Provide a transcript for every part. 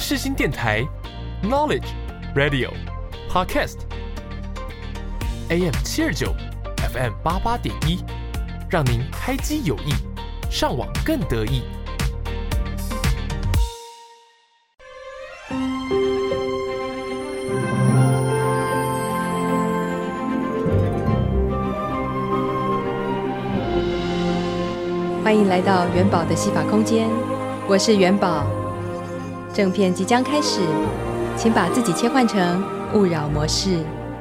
世新电台 Knowledge Radio Podcast AM 729 FM 88.1，让您开机有益，上网更得意。 欢迎来到元宝的戏法空间，我是元宝。正片即将开始，请把自己切换成勿扰模式。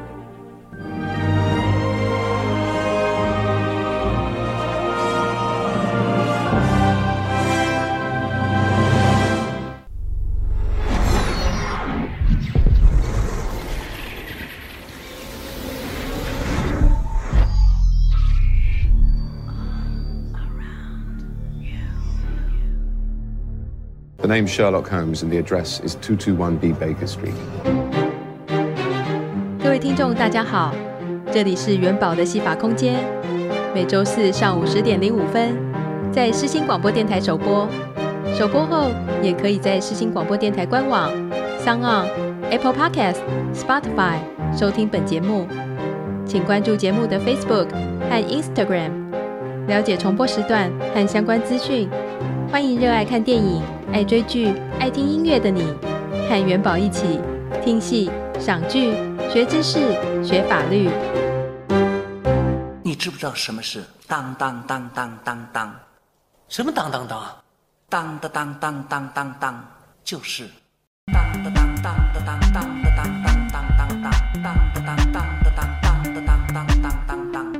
The name's Sherlock Holmes and the address is 221B Baker Street. 各位听众大家好，这里是元宝的戏法空间，每周四上午10点05分在世新广播电台首播，首播后也可以在世新广播电台官网、SoundOn、Apple Podcast、Spotify 收听本节目。请关注节目的 Facebook 和 Instagram， 了解重播时段和相关资讯。欢迎热爱看电影、爱追剧、爱听音乐的你，和元宝一起听戏、赏剧、学知识、学法律。 你知不知道什么是当当当当当当？ 什么当当当？ 当的当当当当当，就是当的当当的当当的当当当当当当的当当的当当的当当当当当。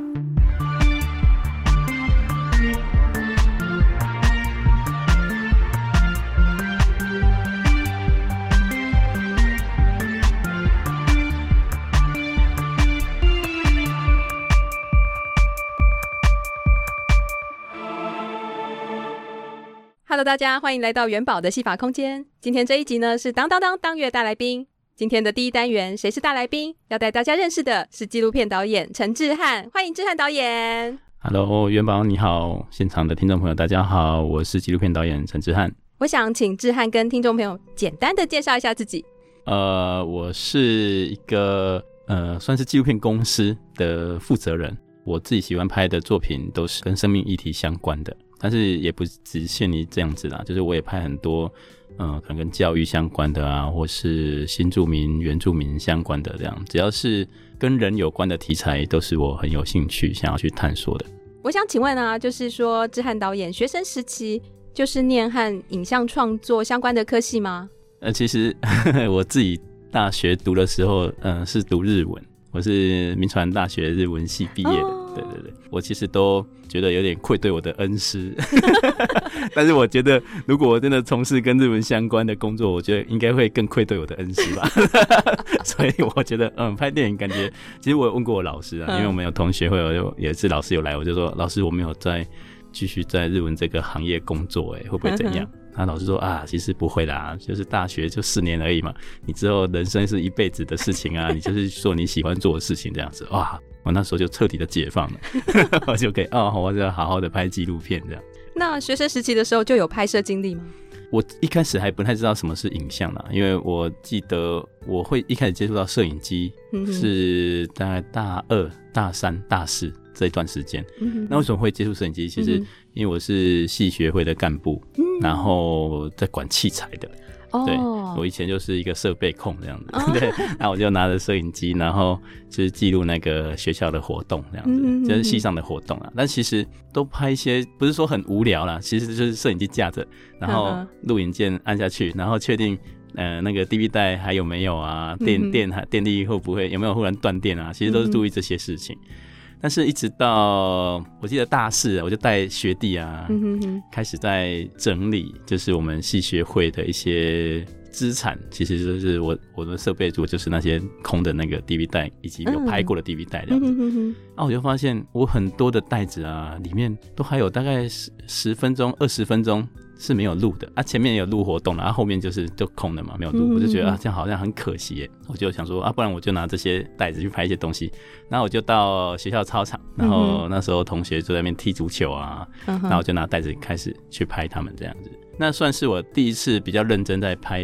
Hello， 大家欢迎来到元宝的戏法空间。今天这一集呢是当当当当月大来宾。今天的第一单元谁是大来宾？要带大家认识的是纪录片导演陈志翰，欢迎志翰导演。 Hello， 元宝你好，现场的听众朋友大家好，我是纪录片导演陈志翰。 我想请志翰跟听众朋友简单的介绍一下自己。 我是一个算是纪录片公司的负责人。我自己喜欢拍的作品都是跟生命议题相关的，但是也不只限于这样子啦，就是我也拍很多可能跟教育相关的啊，或是新住民、原住民相关的这样，只要是跟人有关的题材都是我很有兴趣想要去探索的。 我想请问啊，就是说志翰导演学生时期就是念和影像创作相关的科系吗？ 其实我自己大学读的时候是读日文，我是民传大学日文系毕业的。对对对，我其实都觉得有点愧对我的恩师但是我觉得如果我真的从事跟日文相关的工作，我觉得应该会更愧对我的恩师吧所以我觉得拍电影感觉，其实我有问过我老师啊，因为我们有同学会有一次老师有来，我就说老师我没有再继续在日文这个行业工作会不会怎样他老师说啊，其实不会啦，就是大学就4年而已嘛，你之后人生是一辈子的事情啊，你就是做你喜欢做的事情这样子。哇，我那时候就彻底的解放了我就可以我就要好好的拍纪录片这样。 那学生时期的时候就有拍摄经历吗？ 我一开始还不太知道什么是影像啦，因为我记得我会一开始接触到摄影机是大概大2、大3、大4这一段时间。那为什么会接触摄影机？其实因为我是系学会的干部，然后在管器材的。对，我以前就是一个设备控这样子。对，那我就拿着摄影机，然后就是记录那个学校的活动这样子，就是系上的活动啊。但其实都拍一些不是说很无聊啦，其实就是摄影机架着，然后录影键按下去，然后确定那个 DV 带还有没有啊，电力会不会有没有忽然断电啊，其实都是注意这些事情。但是一直到我记得大4我就带学弟啊开始在整理，就是我们系学会的一些资产，其实就是我的设备组就是那些空的那个 DV 带以及有拍过的 DV 带这样子。我就发现我很多的袋子啊里面都还有大概10分钟20分钟是没有录的啊，前面也有录活动了啊，后面就是就空的嘛，没有录。我就觉得这样好像很可惜耶，我就想说不然我就拿这些袋子去拍一些东西。然后我就到学校操场，然后那时候同学就在那边踢足球啊，然后我就拿袋子开始去拍他们这样子。那算是我第一次比较认真在拍人，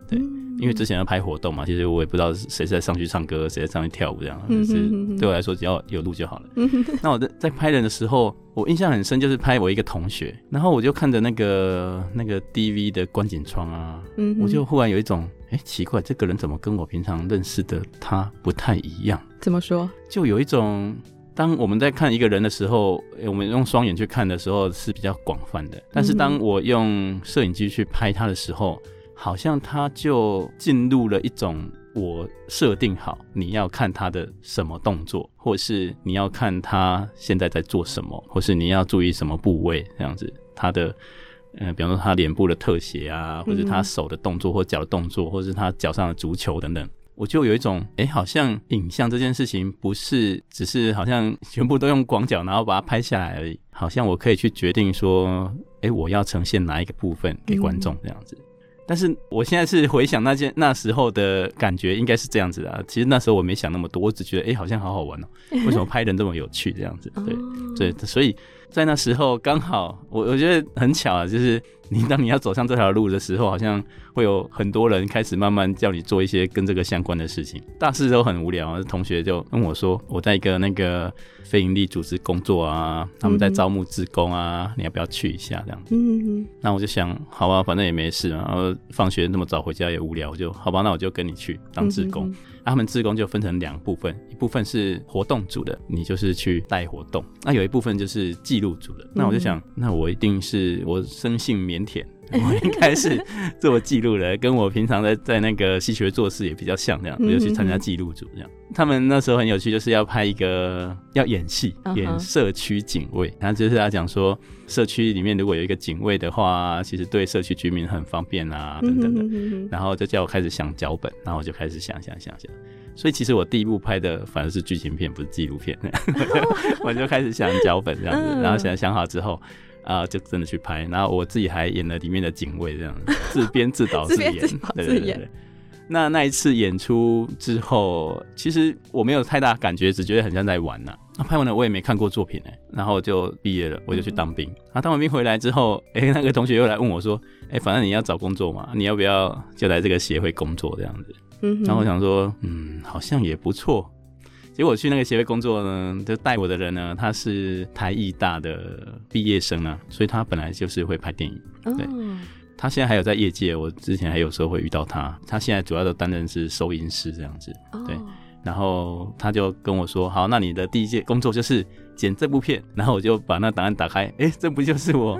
对，因为之前要拍活动嘛，其实我也不知道谁在上去唱歌，谁在上去跳舞这样，就是对我来说只要有录就好了。那我在拍人的时候，我印象很深，就是拍我一个同学，然后我就看着那个 DV 的观景窗啊，我就忽然有一种奇怪，这个人怎么跟我平常认识的他不太一样？ 怎么说？就有一种。当我们在看一个人的时候，我们用双眼去看的时候是比较广泛的，但是当我用摄影机去拍他的时候，好像他就进入了一种我设定好你要看他的什么动作，或是你要看他现在在做什么，或是你要注意什么部位，这样子他的比方说他脸部的特写啊，或是他手的动作或脚的动作，或是他脚上的足球等等，我就有一种好像影像这件事情不是只是好像全部都用广角然后把它拍下来而已，好像我可以去决定说我要呈现哪一个部分给观众这样子。但是我现在是回想那时候的感觉应该是这样子啊，其实那时候我没想那么多，我只觉得好像好好玩哦，为什么拍人这么有趣这样子。对，所以在那时候刚好我觉得很巧啊，就是当你要走上这条路的时候，好像会有很多人开始慢慢叫你做一些跟这个相关的事情。大四都很无聊，同学就问我说我在一个那个非营利组织工作啊，他们在招募志工啊，你要不要去一下这样子。那我就想好吧，反正也没事，然后放学那么早回家也无聊，我就好吧，那我就跟你去当志工。他们志工就分成2部分，一部分是活动组的，你就是去带活动，那有一部分就是记录组的。那我就想那我一定是我生性腼腆，我应该是做记录的，跟我平常在那个戏学做事也比较像这样，我就去参加记录组这样。他们那时候很有趣，就是要拍一个要演戏，演社区警卫，然后就是他讲说社区里面如果有一个警卫的话，其实对社区居民很方便啊等等的。然后就叫我开始想脚本，然后我就开始想，所以其实我第一部拍的反而是剧情片，不是纪录片。我就开始想脚本这样子，然后想好之后就真的去拍，然后我自己还演了里面的警卫这样，自编自导自演。对。那一次演出之后，其实我没有太大感觉，只觉得很像在玩啊。拍完了我也没看过作品然后就毕业了，我就去当兵。当完兵回来之后，那个同学又来问我说，反正你要找工作嘛，你要不要就来这个协会工作这样子。然后我想说好像也不错。结果我去那个协会工作呢，就带我的人呢，他是台艺大的毕业生啊，所以他本来就是会拍电影。对。他现在还有在业界，我之前还有时候会遇到他。他现在主要都担任是收音师这样子。对。然后他就跟我说，好，那你的第一件工作就是剪这部片。然后我就把那档案打开，这不就是我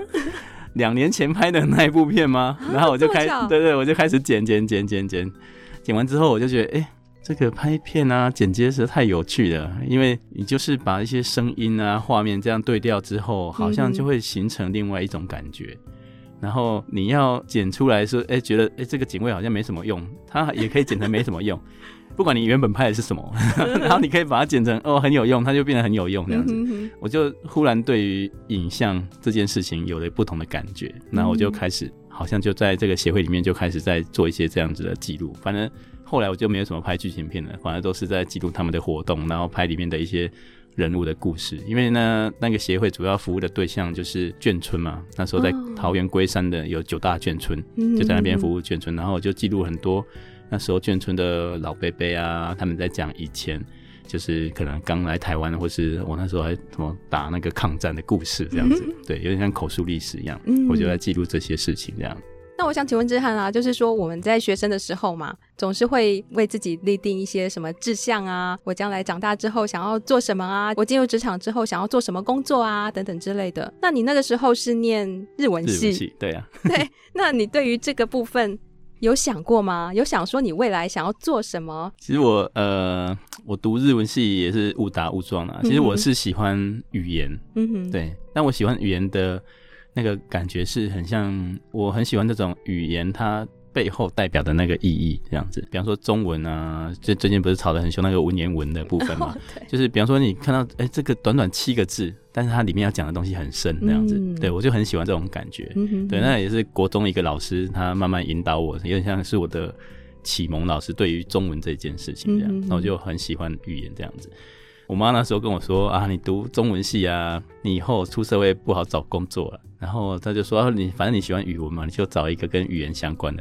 2年前拍的那一部片吗？然后我就我就开始剪完之后我就觉得这个拍片啊剪接实在太有趣了，因为你就是把一些声音啊画面这样对调之后，好像就会形成另外一种感觉。然后你要剪出来说觉得这个警卫好像没什么用，它也可以剪成没什么用。不管你原本拍的是什么然后你可以把它剪成很有用，它就变得很有用这样子。我就忽然对于影像这件事情有了不同的感觉，然后我就开始好像就在这个协会里面就开始在做一些这样子的记录。反正后来我就没有什么拍剧情片了，反而都是在记录他们的活动，然后拍里面的一些人物的故事。因为呢那个协会主要服务的对象就是眷村嘛，那时候在桃园龟山的有9大眷村，就在那边服务眷村。然后我就记录很多那时候眷村的老伯伯啊，他们在讲以前就是可能刚来台湾，或是我那时候还什么打那个抗战的故事这样子。对，有点像口述历史一样。我就在记录这些事情这样。 那我想请问之翰啊，就是说我们在学生的时候嘛，总是会为自己立定一些什么志向啊，我将来长大之后想要做什么啊，我进入职场之后想要做什么工作啊等等之类的。那你那个时候是念日文系？ 对啊。 对，那你对于这个部分有想过吗？有想说你未来想要做什么？ 其实我读日文系也是误打误撞啦。其实我是喜欢语言。对，但我喜欢语言的那个感觉是很像，我很喜欢这种语言它背后代表的那个意义这样子。比方说中文啊，最近不是吵得很凶那个文言文的部分嘛。就是比方说你看到这个短短7个字，但是它里面要讲的东西很深这样子。对，我就很喜欢这种感觉。对，那也是国中一个老师他慢慢引导我，有点像是我的启蒙老师对于中文这件事情这样。那我就很喜欢语言这样子。我妈那时候跟我说你读中文系啊，你以后出社会不好找工作了。然后她就说你反正你喜欢语文嘛，你就找一个跟语言相关的这样。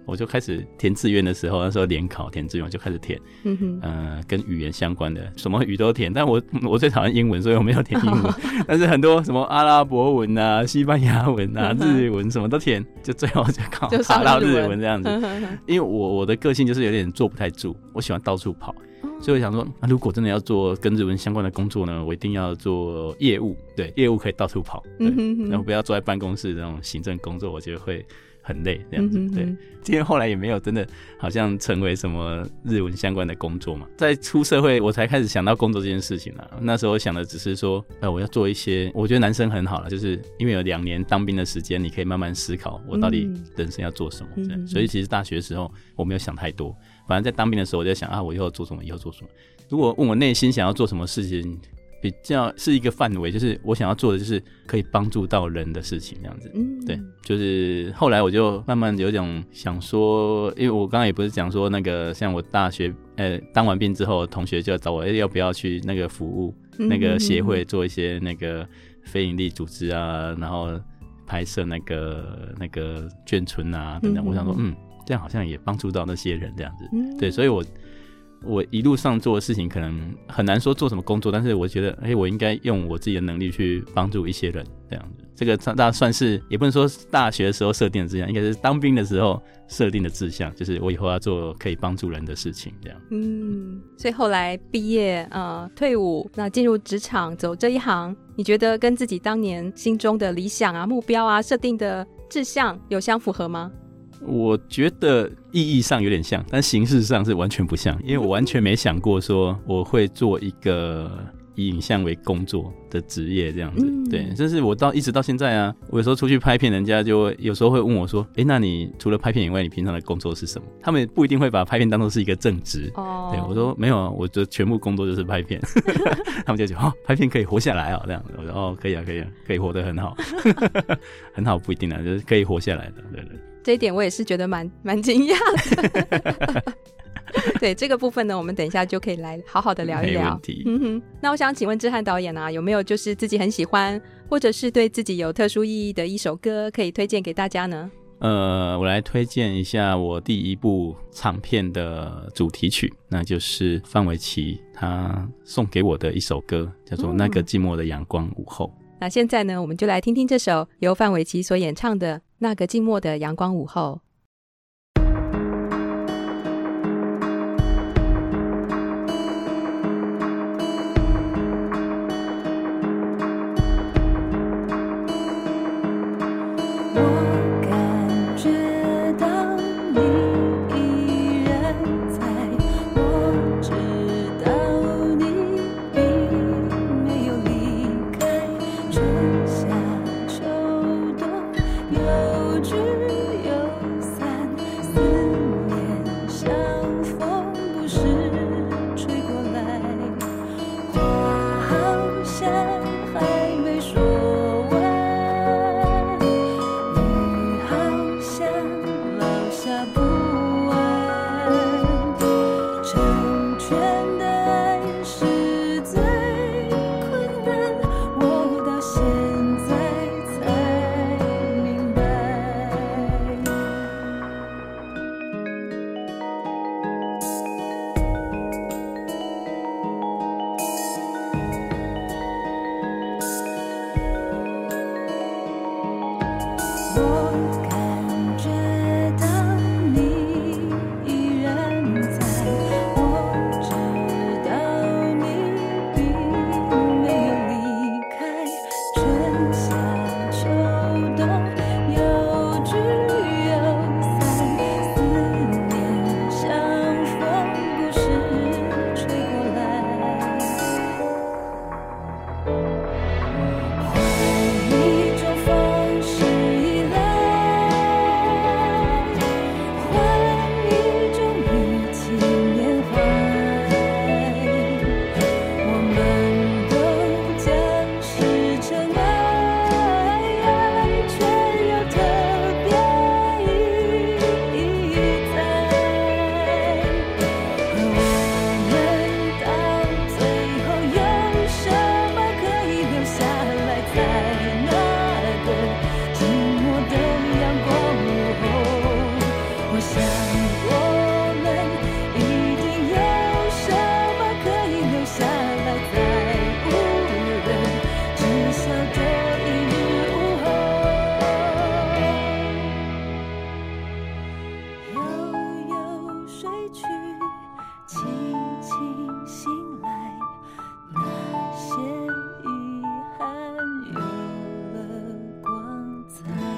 我就开始填志愿的时候，那时候联考填志愿我就开始填，跟语言相关的什么语都填，但我最讨厌英文，所以我没有填英文但是很多什么阿拉伯文啊、西班牙文啊、日文什么都填，就最后就考到日文这样子因为我的个性就是有点坐不太住，我喜欢到处跑，所以我想说，如果真的要做跟日文相关的工作呢，我一定要做业务，对，业务可以到处跑，对，然后不要坐在办公室这种行政工作，我觉得会很累这样子，对。今天后来也没有真的好像成为什么日文相关的工作嘛，在出社会我才开始想到工作这件事情啦。那时候想的只是说，我要做一些，我觉得男生很好啦，就是因为有2年当兵的时间，你可以慢慢思考我到底人生要做什么这样，所以其实大学的时候我没有想太多，反正在当兵的时候我就在想我以后做什么，以后做什么。如果问我内心想要做什么事情，比较是一个范围，就是我想要做的就是可以帮助到人的事情这样子，对，就是后来我就慢慢有种想说，因为我刚刚也不是讲说那个像我大学当完兵之后，同学就要找我要不要去那个服务那个协会做一些那个非营利组织啊，然后拍摄那个眷村啊等等，我想说这样好像也帮助到那些人这样子，对，所以我一路上做的事情可能很难说做什么工作，但是我觉得我应该用我自己的能力去帮助一些人这样子。这个大算是也不能说大学的时候设定的志向，应该是当兵的时候设定的志向，就是我以后要做可以帮助人的事情这样。 所以后来毕业退伍，那进入职场走这一行，你觉得跟自己当年心中的理想啊、目标啊、设定的志向有相符合吗？ 我觉得意义上有点像，但形式上是完全不像，因为我完全没想过说我会做一个以影像为工作的职业这样子，对，这是我一直到现在啊，我有时候出去拍片，人家就有时候会问我说，那你除了拍片以外，你平常的工作是什么？他们不一定会把拍片当作是一个正职，对，我说没有啊，我的全部工作就是拍片他们就觉得拍片可以活下来这样子，我说可以啊，可以活得很好很好不一定啊，就是可以活下来的，对对。 这一点我也是觉得蛮惊讶的对，这个部分呢，我们等一下就可以来好好的聊一聊。 没问题。 那我想请问志翰导演啊，有没有就是自己很喜欢，或者是对自己有特殊意义的一首歌可以推荐给大家呢？ 我来推荐一下我第一部唱片的主题曲，那就是范玮琪他送给我的一首歌，叫做《那个寂寞的阳光午后》。 那现在呢，我们就来听听这首由范玮琪所演唱的《那个寂寞的阳光午后》。 我感觉到你我们一定有什么可以留下来，在无人知晓的一日午后，悠悠睡去，轻轻醒来，那些遗憾有了光彩。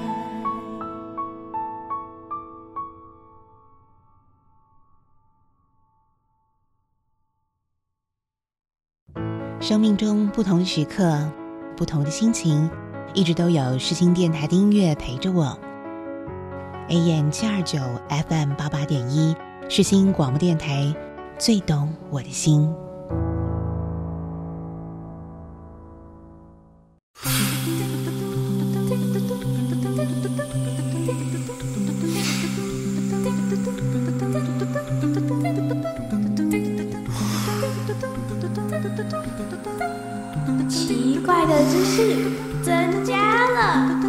生命中不同的时刻，不同的心情，一直都有世新电台的音乐陪着我。AM 729 FM 88.1，世新广播电台，最懂我的心。 奇怪的知识增加了。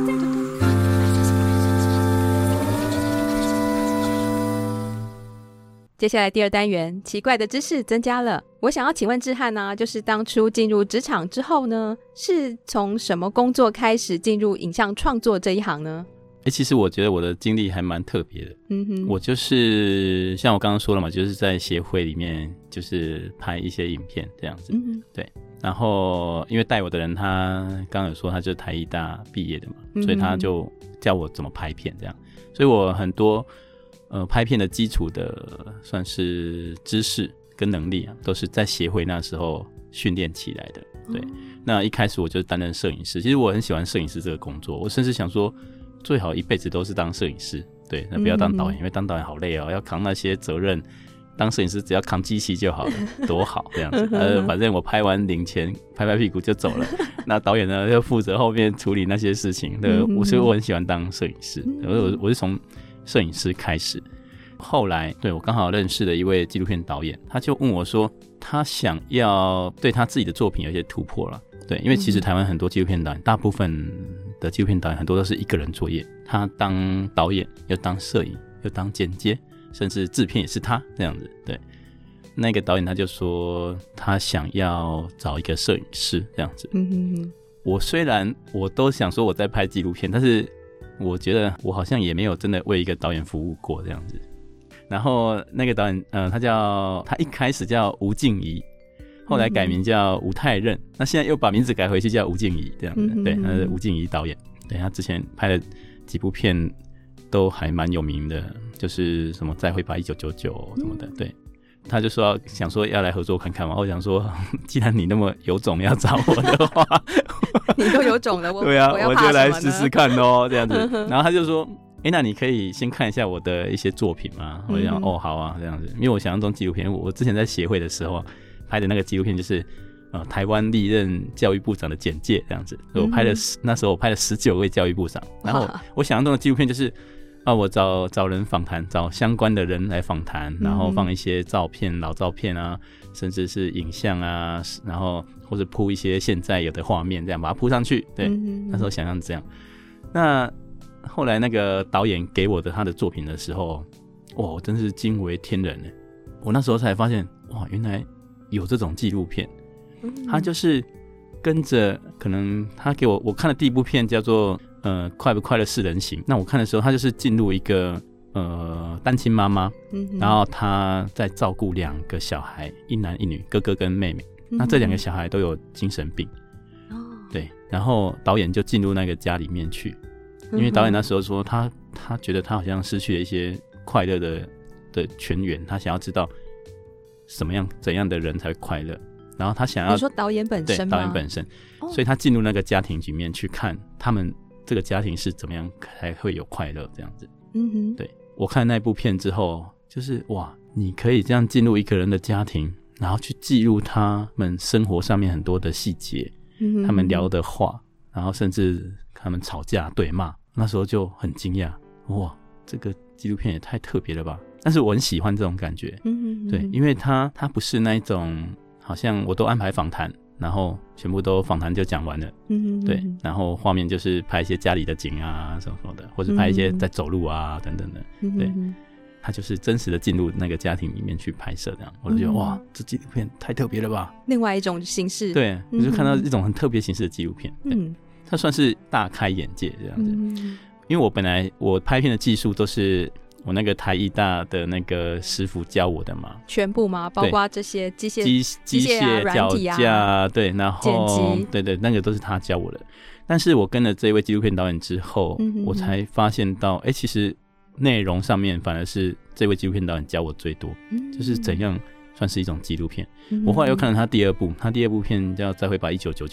接下来第二单元，奇怪的知识增加了。我想要请问志翰呢，就是当初进入职场之后呢，是从什么工作开始进入影像创作这一行呢？ 其实我觉得我的经历还蛮特别的。我就是像我刚刚说了嘛，就是在协会里面就是拍一些影片这样子。对。然后因为带我的人他刚刚有说他就是台艺大毕业的嘛，所以他就教我怎么拍片这样。所以我很多拍片的基础的算是知识跟能力啊，都是在协会那时候训练起来的。对。那一开始我就担任摄影师，其实我很喜欢摄影师这个工作，我甚至想说最好一辈子都是当摄影师，对，那不要当导演，因为当导演好累哦，要扛那些责任。当摄影师只要扛机器就好了，多好这样子。反正我拍完领钱，拍拍屁股就走了。那导演呢，就负责后面处理那些事情。所以我很喜欢当摄影师，我是从摄影师开始。后来对我刚好认识了一位纪录片导演，他就问我说，他想要对他自己的作品有一些突破了。对，因为其实台湾很多纪录片导演，大部分的纪录片导演很多都是一个人作业，他当导演又当摄影又当剪接，甚至制片也是他这样子。对，那个导演他就说他想要找一个摄影师这样子。我虽然我都想说我在拍纪录片，但是我觉得我好像也没有真的为一个导演服务过这样子。然后那个导演他一开始叫吴静怡，后来改名叫吴泰任，那现在又把名字改回去叫吴静怡这样子。对，他是吴静怡导演。对，他之前拍的几部片都还蛮有名的，就是什么再会吧1999什么的。对，他就说想说要来合作看看嘛。我想说既然你那么有种要找我的话你都有种了， 对啊，我就来试试看咯这样子。然后他就说那你可以先看一下我的一些作品吗？我就想好啊这样子。因为我想象中纪录片，我之前在协会的时候拍的那个纪录片就是台湾历任教育部长的简介这样子。我拍了那时候我拍了19位教育部长。然后我想象中的纪录片就是我找人访谈，找相关的人来访谈，然后放一些照片，老照片啊，甚至是影像啊，然后或者铺一些现在有的画面，这样把它铺上去。对，那时候想象这样。那后来那个导演给我的他的作品的时候，我真是惊为天人耶。我那时候才发现，哇，原来有这种纪录片。他就是跟着，可能他给我看的第一部片叫做快不快乐是人行。那我看的时候，他就是进入一个单亲妈妈，然后他在照顾2个小孩，一男一女，哥哥跟妹妹。那这2个小孩都有精神病。对，然后导演就进入那个家里面去，因为导演那时候说他觉得他好像失去了一些快乐的泉源，他想要知道怎样的人才会快乐。然后他想要，你说导演本身吗？ 对，导演本身。所以他进入那个家庭里面去看他们这个家庭是怎么样才会有快乐这样子。对，我看那部片之后，就是哇，你可以这样进入一个人的家庭，然后去记录他们生活上面很多的细节，他们聊的话，然后甚至他们吵架对骂，那时候就很惊讶，哇，这个纪录片也太特别了吧。但是我很喜欢这种感觉。对，因为他不是那一种好像我都安排访谈，然后全部都访谈就讲完了。对，然后画面就是拍一些家里的景啊什么什么的，或者拍一些在走路啊等等的。对， 他就是真实的进入那个家庭里面去拍摄，这样我就觉得哇，这纪录片太特别了吧， 另外一种形式。 对，我就看到一种很特别形式的纪录片，它算是大开眼界这样子。因为我本来我拍片的技术都是我那个台艺大的那个师傅教我的嘛， 全部吗？包括这些机械脚软体啊， 架，对，然后剪辑， 对，那个都是他教我的。但是我跟了这位纪录片导演之后，我才发现到，其实内容上面反而是这位纪录片导演教我最多，就是怎样算是一种纪录片。我后来又看了他第二部片叫《再会吧1999》，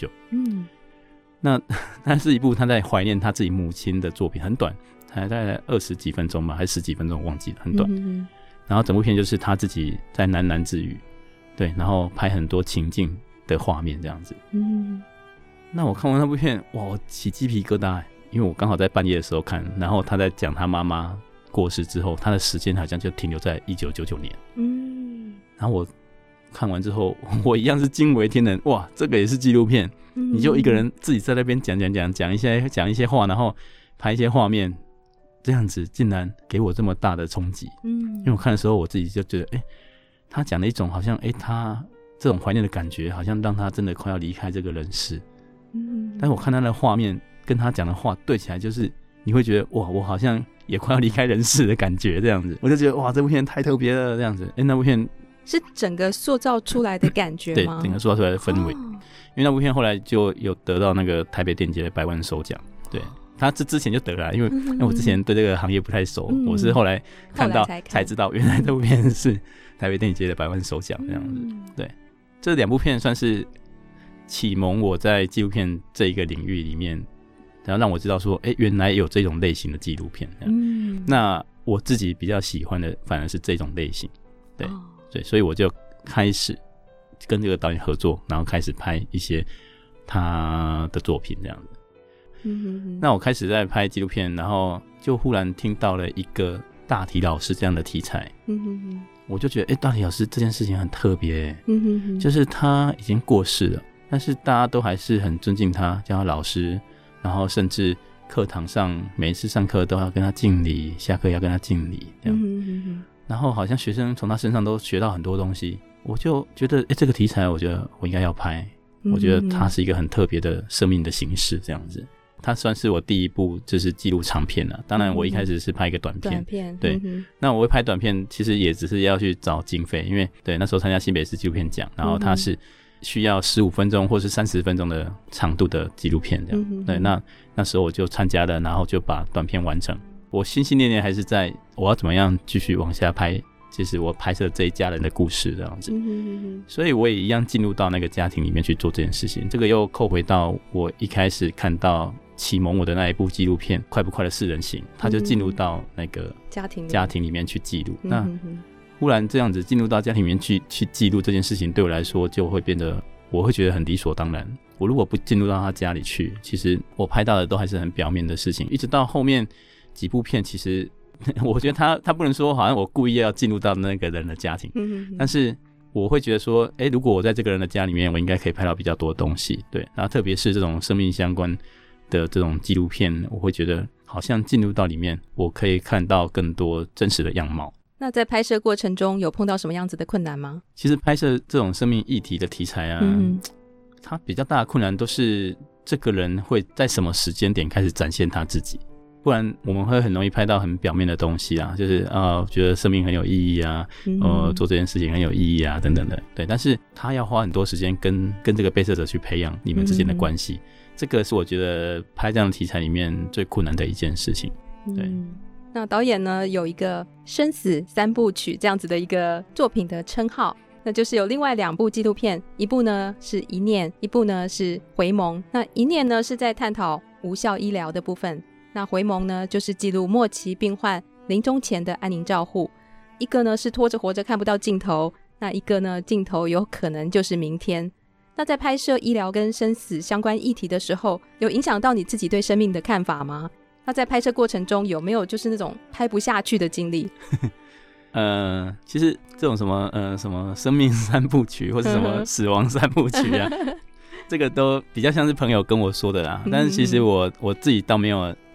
那是一部他在怀念他自己母亲的作品，很短，大概20几分钟吧，还是10几分钟，我忘记了，很短。然后整部片就是他自己在喃喃自语，对，然后拍很多情境的画面这样子。那我看完那部片，哇，我起鸡皮疙瘩，因为我刚好在半夜的时候看，然后他在讲他妈妈过世之后，他的时间好像就停留在1999年。然后我看完之后，我一样是惊为天人，哇，这个也是纪录片，你就一个人自己在那边讲一些话，然后拍一些画面，这样子竟然给我这么大的冲击。因为我看的时候，我自己就觉得，他讲了一种好像，他这种怀念的感觉，好像让他真的快要离开这个人世。但是我看他的画面跟他讲的话对起来，就是你会觉得哇，我好像也快要离开人世的感觉，这样子，我就觉得哇，这部片太特别了，这样子。那部片是整个塑造出来的感觉吗？ 对，整个塑造出来的氛围。因为那部片后来就有得到那个台北电影节的100万首奖，对，他之前就得了，因为我之前对这个行业不太熟，我是后来看到才知道，原来这部片是台北电影节的100万首奖这样子。对，这2部片算是启蒙我在纪录片这一个领域里面，然后让我知道说，原来有这种类型的纪录片。那我自己比较喜欢的反而是这种类型，对，所以我就开始跟这个导演合作，然后开始拍一些他的作品这样子。那我开始在拍纪录片，然后就忽然听到了一个大体老师这样的题材。我就觉得大体老师这件事情很特别。就是他已经过世了，但是大家都还是很尊敬他，叫他老师，然后甚至课堂上每一次上课都要跟他敬礼，下课要跟他敬礼这样。然后好像学生从他身上都学到很多东西，我就觉得这个题材我觉得我应该要拍。我觉得它是一个很特别的生命的形式这样子。它算是我第一部就是记录长片了，当然我一开始是拍一个短片，对，那我会拍短片其实也只是要去找经费，因为对那时候参加新北市纪录片奖，然后它是需要15分钟或是30分钟的长度的纪录片这样。对，那时候我就参加了，然后就把短片完成。我心心念念还是在我要怎么样继续往下拍，就是我拍摄这一家人的故事这样子。所以我也一样进入到那个家庭里面去做这件事情。这个又扣回到我一开始看到启蒙我的那一部纪录片《快不快的4人行》，他就进入到那个家庭里面去记录。那忽然这样子进入到家庭里面去记录这件事情，对我来说就会变得，我会觉得很理所当然。我如果不进入到他家里去，其实我拍到的都还是很表面的事情。一直到后面几部片，其实我觉得他不能说好像我故意要进入到那个人的家庭，但是我会觉得说，如果我在这个人的家里面，我应该可以拍到比较多的东西。对，然后特别是这种生命相关的这种纪录片，我会觉得好像进入到里面，我可以看到更多真实的样貌。 那在拍摄过程中有碰到什么样子的困难吗？ 其实拍摄这种生命议题的题材啊，它比较大的困难都是这个人会在什么时间点开始展现他自己，不然我们会很容易拍到很表面的东西啊，就是觉得生命很有意义啊，做这件事情很有意义啊等等的。对，但是他要花很多时间跟这个被摄者去培养你们之间的关系，这个是我觉得拍这样的题材里面最困难的一件事情。对。 那导演呢有一个生死3部曲这样子的一个作品的称号，那就是有另外2部纪录片，一部呢是一念，一部呢是回眸。那一念呢是在探讨无效医疗的部分，那回眸呢就是记录末期病患临终前的安宁照护。一个呢是拖着活着看不到尽头，那一个呢镜头有可能就是明天。那在拍摄医疗跟生死相关议题的时候，有影响到你自己对生命的看法吗？那在拍摄过程中有没有就是那种拍不下去的经历？ 其实这种什么生命3部曲或是什么死亡3部曲啊这个都比较像是朋友跟我说的啦，但是其实我自己倒没有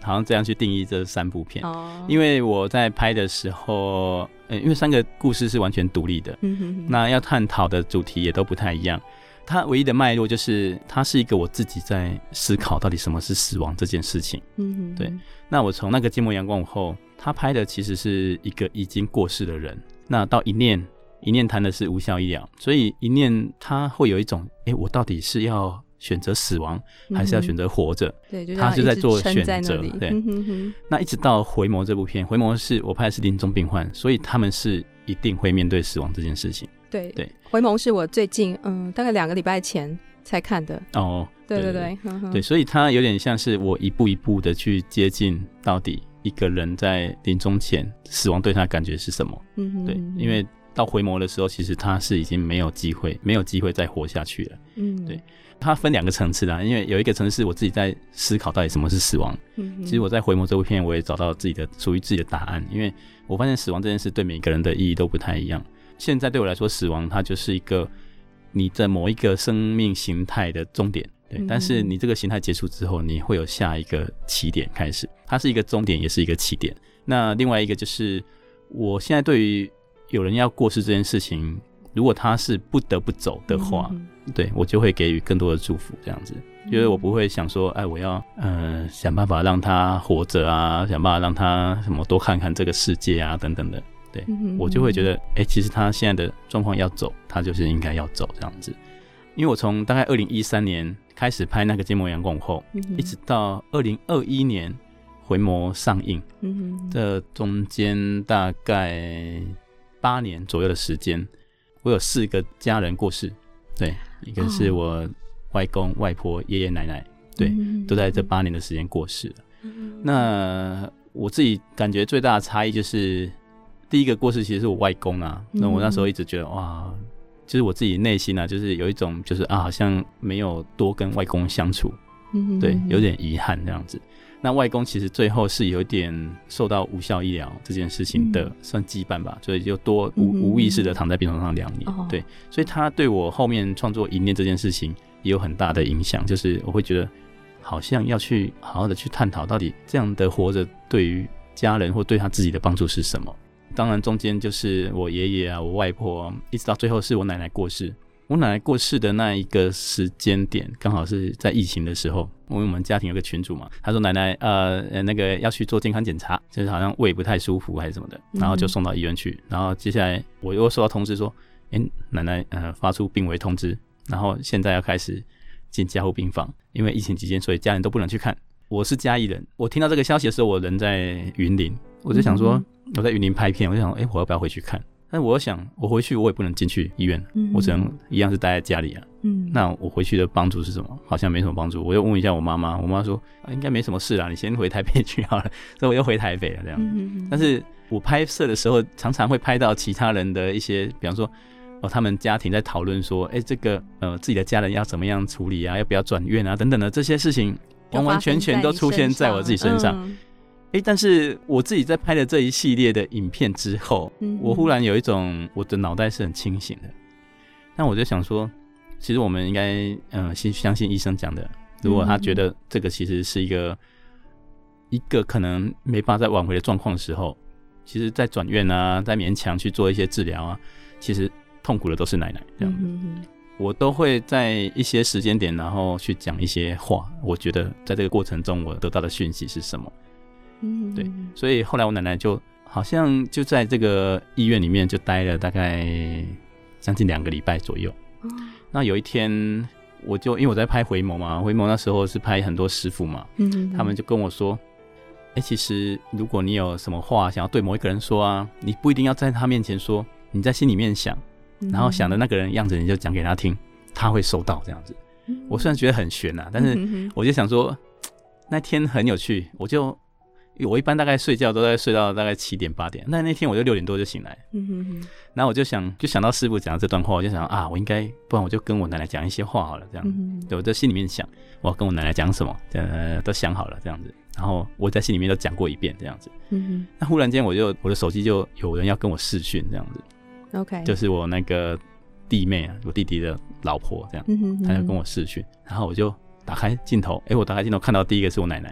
好像这样去定义这3部片。因为我在拍的时候，因为3个故事是完全独立的，那要探讨的主题也都不太一样。它唯一的脉络就是它是一个我自己在思考到底什么是死亡这件事情。对。那我从那个芥末阳光午后，他拍的其实是一个已经过世的人，那到一念谈的是无效医疗，所以一念他会有一种我到底是要选择死亡还是要选择活着？对，他就在做选择。对，那一直到回眸这部片，回眸是我拍的是临终病患，所以他们是一定会面对死亡这件事情。对， 回眸是我最近大概2个礼拜前才看的。对，所以它有点像是我一步一步的去接近到底一个人在临终前死亡对他的感觉是什么。对，因为到回眸的时候，其实他是已经没有机会再活下去了。对，它分2个层次啦，因为有一个层次是我自己在思考到底什么是死亡。其实我在回眸这部片，我也找到属于自己的答案，因为我发现死亡这件事对每个人的意义都不太一样。现在对我来说，死亡它就是一个你的某一个生命形态的终点。对，但是你这个形态结束之后，你会有下一个起点开始，它是一个终点，也是一个起点。那另外一个就是我现在对于有人要过世这件事情，如果他是不得不走的话，对，我就会给予更多的祝福，这样子。因为我不会想说我要想办法让他活着啊，想办法让他什么多看看这个世界啊等等的。对，我就会觉得其实他现在的状况要走，他就是应该要走这样子。因为我从大概2013年开始拍那个芥末阳光午后，一直到2021年回眸上映，这中间大概8年左右的时间，我有4个家人过世。对，一个是我外公外婆爷爷奶奶，对，都在这8年的时间过世了。那我自己感觉最大的差异就是第一个过世其实是我外公啊，那我那时候一直觉得哇，就是我自己内心啊，就是有一种就是好像没有多跟外公相处，对，有点遗憾这样子。那外公其实最后是有点受到无效医疗这件事情的算羁绊吧，所以就多无意识的躺在病床上2年。对，所以他对我后面创作一念这件事情也有很大的影响，就是我会觉得好像要去好好的去探讨到底这样的活着对于家人或对他自己的帮助是什么。当然中间就是我爷爷啊，我外婆，一直到最后是我奶奶过世。我奶奶过世的那一个时间点刚好是在疫情的时候，因为我们家庭有个群组嘛，他说奶奶那个要去做健康检查，就是好像胃不太舒服还是什么的，然后就送到医院去。然后接下来我又收到通知说奶奶发出病危通知，然后现在要开始进加护病房，因为疫情期间所以家人都不能去看。我是嘉义人，我听到这个消息的时候我人在云林，我就想说我在云林拍片，我就想我要不要回去看。但我想我回去我也不能进去医院，我只能一样是待在家里啊。那我回去的帮助是什么？好像没什么帮助。我又问一下我妈妈，我妈说应该没什么事啦，你先回台北去好了。所以我又回台北了这样。但是我拍摄的时候常常会拍到其他人的一些，比方说他们家庭在讨论说这个自己的家人要怎么样处理啊，要不要转院啊等等的这些事情，完完全全都出现在我自己身上。但是我自己在拍的这一系列的影片之后，我忽然有一种我的脑袋是很清醒的。但我就想说，其实我们应该相信医生讲的，如果他觉得这个其实是一个可能没办法再挽回的状况的时候，其实在转院啊，在勉强去做一些治疗啊，其实痛苦的都是奶奶这样子。我都会在一些时间点然后去讲一些话，我觉得在这个过程中我得到的讯息是什么。对，所以后来我奶奶就好像就在这个医院里面就待了大概将近2个礼拜左右。那有一天我就因为我在拍回眸嘛，回眸那时候是拍很多师傅嘛，他们就跟我说其实如果你有什么话想要对某一个人说啊，你不一定要在他面前说，你在心里面想，然后想的那个人样子你就讲给他听，他会收到这样子。我虽然觉得很玄啊，但是我就想说那天很有趣，我一般大概睡觉都在睡到大概7点8点，那天我就6点多就醒来。然后我就想到师父讲这段话，我就想我应该不然我就跟我奶奶讲一些话好了这样。对，我在心里面想我要跟我奶奶讲什么都想好了这样子，然后我在心里面都讲过一遍这样子。那忽然间我的手机就有人要跟我视讯这样子。OK， 就是我那个弟妹啊，我弟弟的老婆这样，她就跟我视讯，然后我就打开镜头，我打开镜头看到第一个是我奶奶，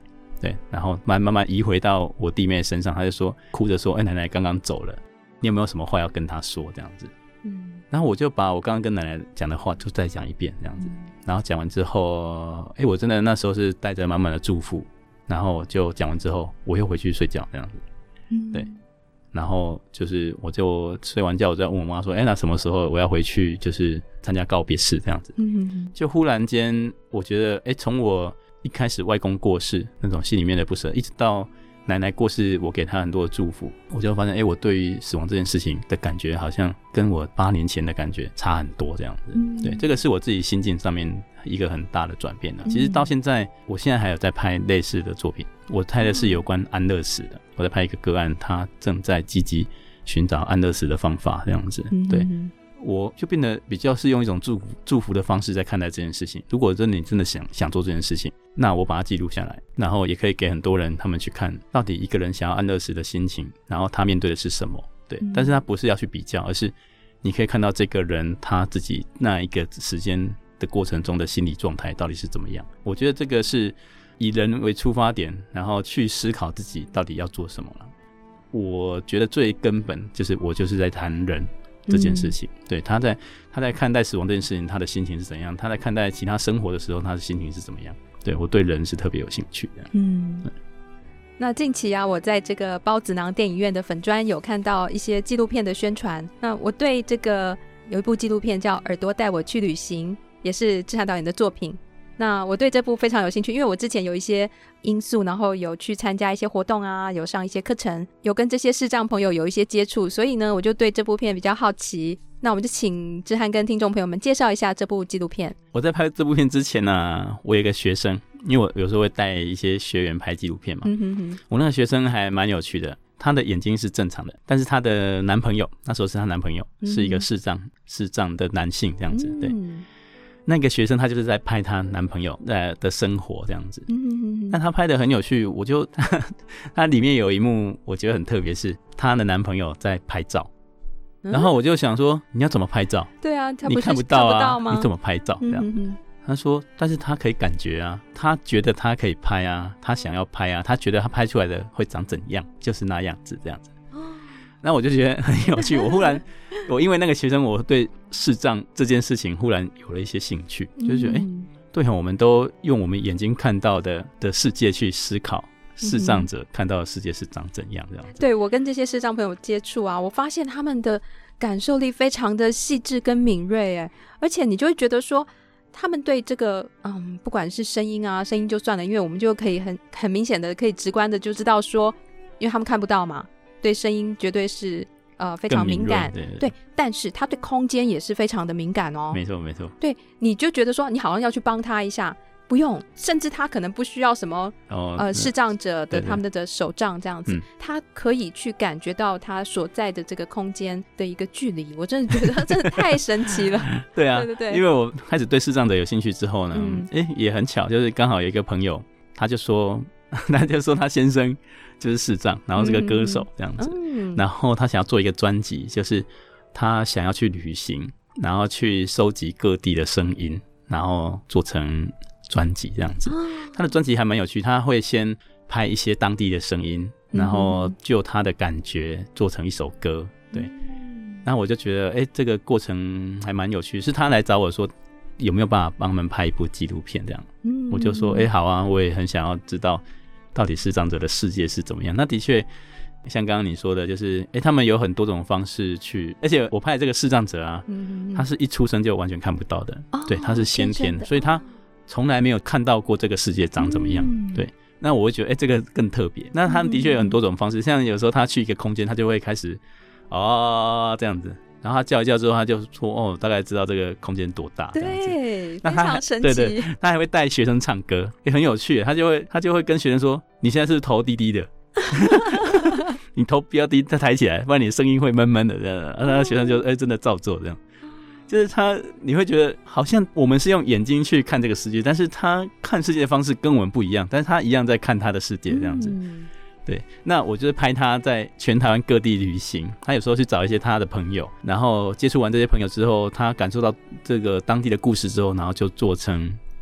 对，然后慢慢移回到我弟妹身上，他就说哭着说奶奶刚刚走了，你有没有什么话要跟她说这样子。然后我就把我刚刚跟奶奶讲的话就再讲一遍这样子，然后讲完之后我真的那时候是带着满满的祝福，然后就讲完之后我又回去睡觉这样子。对，然后就是我就睡完觉我就问我妈说那什么时候我要回去就是参加告别式这样子。就忽然间我觉得从我一开始外公过世那种心里面的不舍，一直到奶奶过世我给她很多的祝福，我就发现我对于死亡这件事情的感觉好像跟我8年前的感觉差很多这样子。对，这个是我自己心境上面一个很大的转变其实到现在我现在还有在拍类似的作品，我拍的是有关安乐死的，我在拍一个个案，他正在积极寻找安乐死的方法这样子。对，我就变得比较是用一种祝福的方式在看待这件事情。如果你真的想做这件事情，那我把它记录下来，然后也可以给很多人他们去看到底一个人想要安乐死的心情，然后他面对的是什么。对，但是他不是要去比较，而是你可以看到这个人他自己那一个时间的过程中的心理状态到底是怎么样。我觉得这个是以人为出发点，然后去思考自己到底要做什么了。我觉得最根本就是我就是在谈人这件事情。对，他在看待死亡这件事情他的心情是怎样，他在看待其他生活的时候他的心情是怎么样。对，我对人是特别有兴趣的。 那近期我在这个包子囊电影院的粉专有看到一些纪录片的宣传，那我对这个有一部纪录片叫《耳朵带我去旅行》，也是志涵导演的作品。那我对这部非常有兴趣，因为我之前有一些因素，然后有去参加一些活动有上一些课程，有跟这些视障朋友有一些接触，所以呢我就对这部片比较好奇。那我们就请志涵跟听众朋友们介绍一下这部纪录片。我在拍这部片之前我有一个学生，因为我有时候会带一些学员拍纪录片嘛。我那个学生还蛮有趣的，她的眼睛是正常的，但是她的男朋友那时候是她男朋友是一个视障的男性这样子。对，那个学生她就是在拍她男朋友的生活这样子。但她拍的很有趣，我就她里面有一幕我觉得很特别，是她的男朋友在拍照。然后我就想说你要怎么拍照？ 对啊，他不是你看不到啊， 吗？ 你怎么拍照这样？他说但是他可以感觉他觉得他可以拍他想要拍他觉得他拍出来的会长怎样，就是那样子这样子。那我就觉得很有趣，我因为那个学生我对视障这件事情忽然有了一些兴趣，就是觉得对，我们都用我们眼睛看到的世界去思考视障者看到的世界是长怎样这样子。 对，我跟这些视障朋友接触我发现他们的感受力非常的细致跟敏锐而且你就会觉得说他们对这个不管是声音声音就算了，因为我们就可以很明显的可以直观的就知道说，因为他们看不到嘛，对声音绝对是非常敏感。对，但是他对空间也是非常的敏感没错没错。 对，你就觉得说你好像要去帮他一下，不用，甚至他可能不需要什么视障者的他们的手杖这样子，他可以去感觉到他所在的这个空间的一个距离。我真的觉得真的太神奇了。 对啊， 对对对， 因为我开始对视障者有兴趣之后呢，也很巧，就是刚好有一个朋友他就说他先生就是视障，然后是个歌手这样子，然后他想要做一个专辑，就是他想要去旅行，然后去收集各地的声音，然后做成专辑这样子。他的专辑还蛮有趣，他会先拍一些当地的声音，然后就他的感觉做成一首歌。对，然后我就觉得这个过程还蛮有趣，是他来找我说有没有办法帮他们拍一部纪录片这样。我就说好啊，我也很想要知道到底视障者的世界是怎么样。那的确像刚刚你说的，就是他们有很多种方式去，而且我拍的这个视障者他是一出生就完全看不到的。对，他是先天的，所以他从来没有看到过这个世界长怎么样。对，那我会觉得这个更特别。那他们的确有很多种方式，像有时候他去一个空间，他就会开始这样子，然后他叫一叫之后，他就说大概知道这个空间多大这样子。 对， 那非常神奇。 对，他还会带学生唱歌，也很有趣。他就会跟学生说，你现在是不是头低低的你头不要低，再抬起来，不然你的声音会闷闷的这样。然后学生就真的照做这样。就是你会觉得好像我们是用眼睛去看这个世界，但是他看世界的方式跟我们不一样，但是他一样在看他的世界这样子。对，那我就是拍他在全台湾各地旅行，他有时候去找一些他的朋友，然后接触完这些朋友之后，他感受到这个当地的故事之后，然后就做成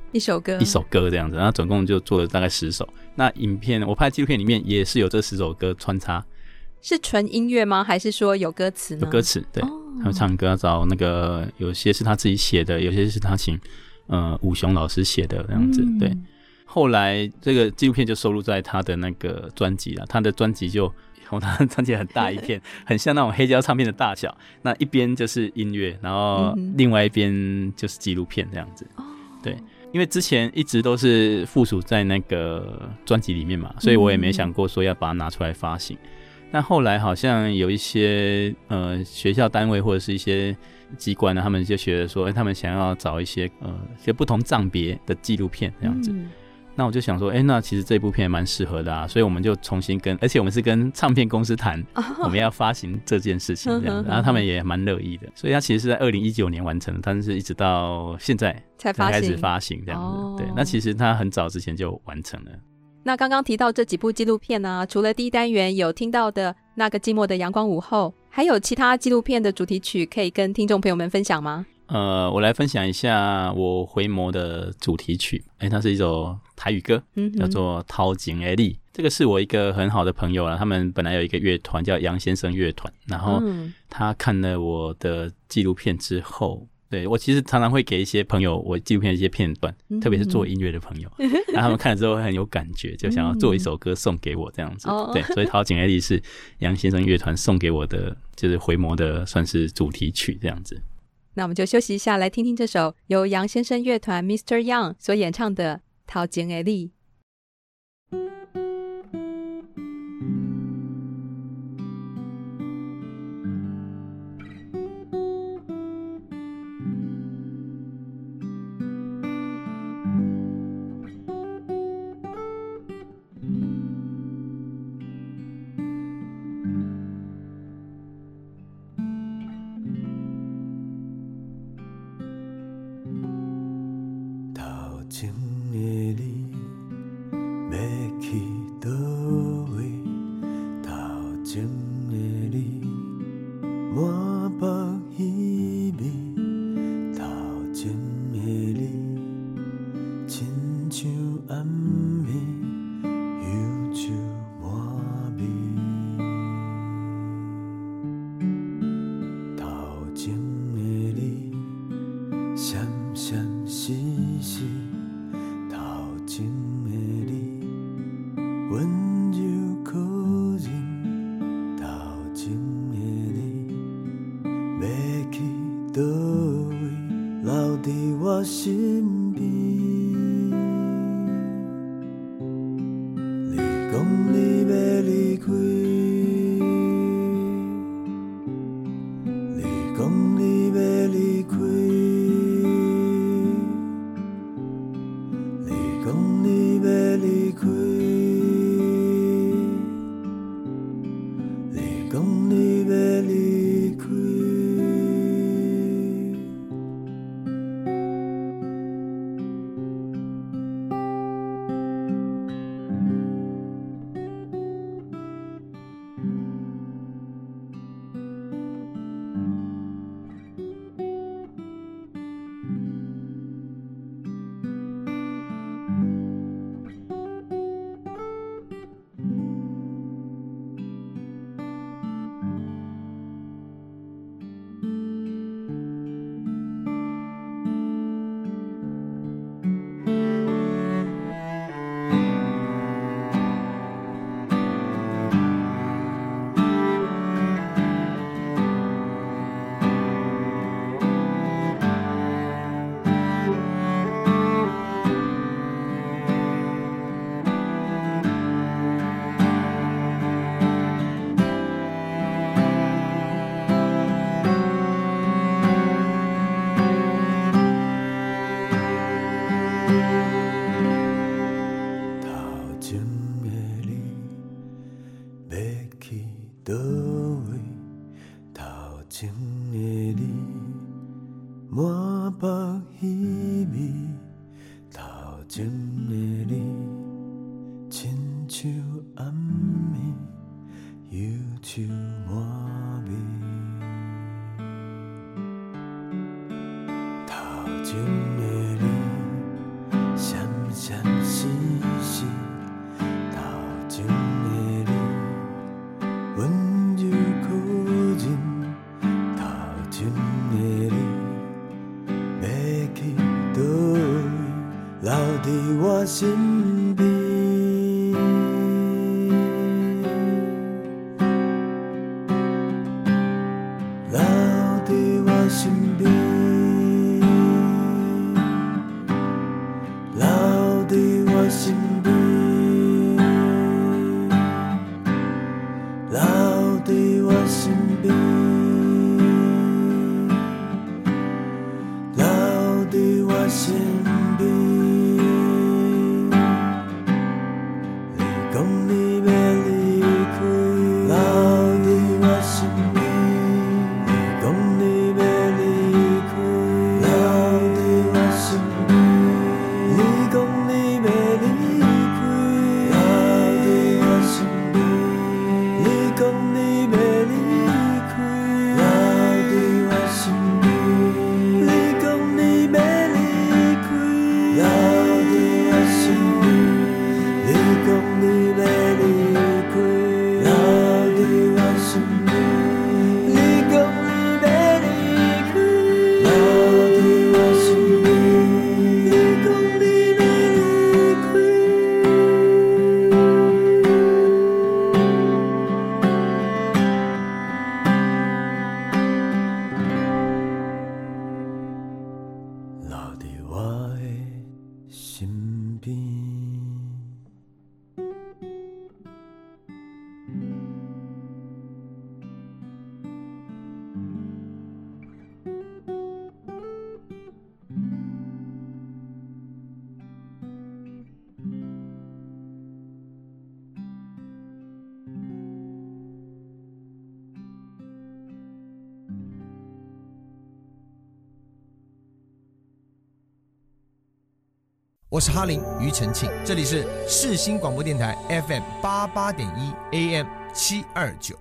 一首歌这样子，然后总共就做了大概10首。那影片我拍的纪录片里面也是有这10首歌穿插。 是纯音乐吗？还是说有歌词呢？ 有歌词，对，他们唱歌要找那个，有些是他自己写的，有些是他请武雄老师写的这样子，对。后来这个纪录片就收录在他的那个专辑了，他的专辑就他的专辑很大一片，很像那种黑胶唱片的大小，那一边就是音乐，然后另外一边就是纪录片这样子，对。因为之前一直都是附属在那个专辑里面嘛，所以我也没想过说要把它拿出来发行。但后来好像有一些学校单位或者是一些机关呢，他们就觉得说，他们想要找一些不同藏别的纪录片这样子。那我就想说，那其实这部片也蛮适合的啊，所以我们就重新而且我们是跟唱片公司谈，我们要发行这件事情这样子，然后他们也蛮乐意的，所以它其实是在2019年完成的，但是一直到现在才开始发行这样子。对，那其实它很早之前就完成了。 那刚刚提到这几部纪录片啊，除了第一单元有听到的那个寂寞的阳光午后，还有其他纪录片的主题曲可以跟听众朋友们分享吗？ 我来分享一下我回眸的主题曲，它是一首台语歌，叫做《头前的你》。这个是我一个很好的朋友啦，他们本来有一个乐团叫杨先生乐团，然后他看了我的纪录片之后，对，我其实常常会给一些朋友我纪录片的一些片段，特别是做音乐的朋友，然后他们看了之后很有感觉，就想要做一首歌送给我这样子。对，所以《头前的你》是杨先生乐团送给我的，就是回眸的算是主题曲这样子。 那我们就休息一下，来听听这首由杨先生乐团 Mr. Young 所演唱的《头前的你》。 心的你，要去倒位，留伫我身边。留伫我身边，留伫我身边，留伫我身边，留伫我身边。你讲你要离开，留伫我身边。 我是哈林庾澄庆，这里是世新广播电台 FM 88.1 AM 729。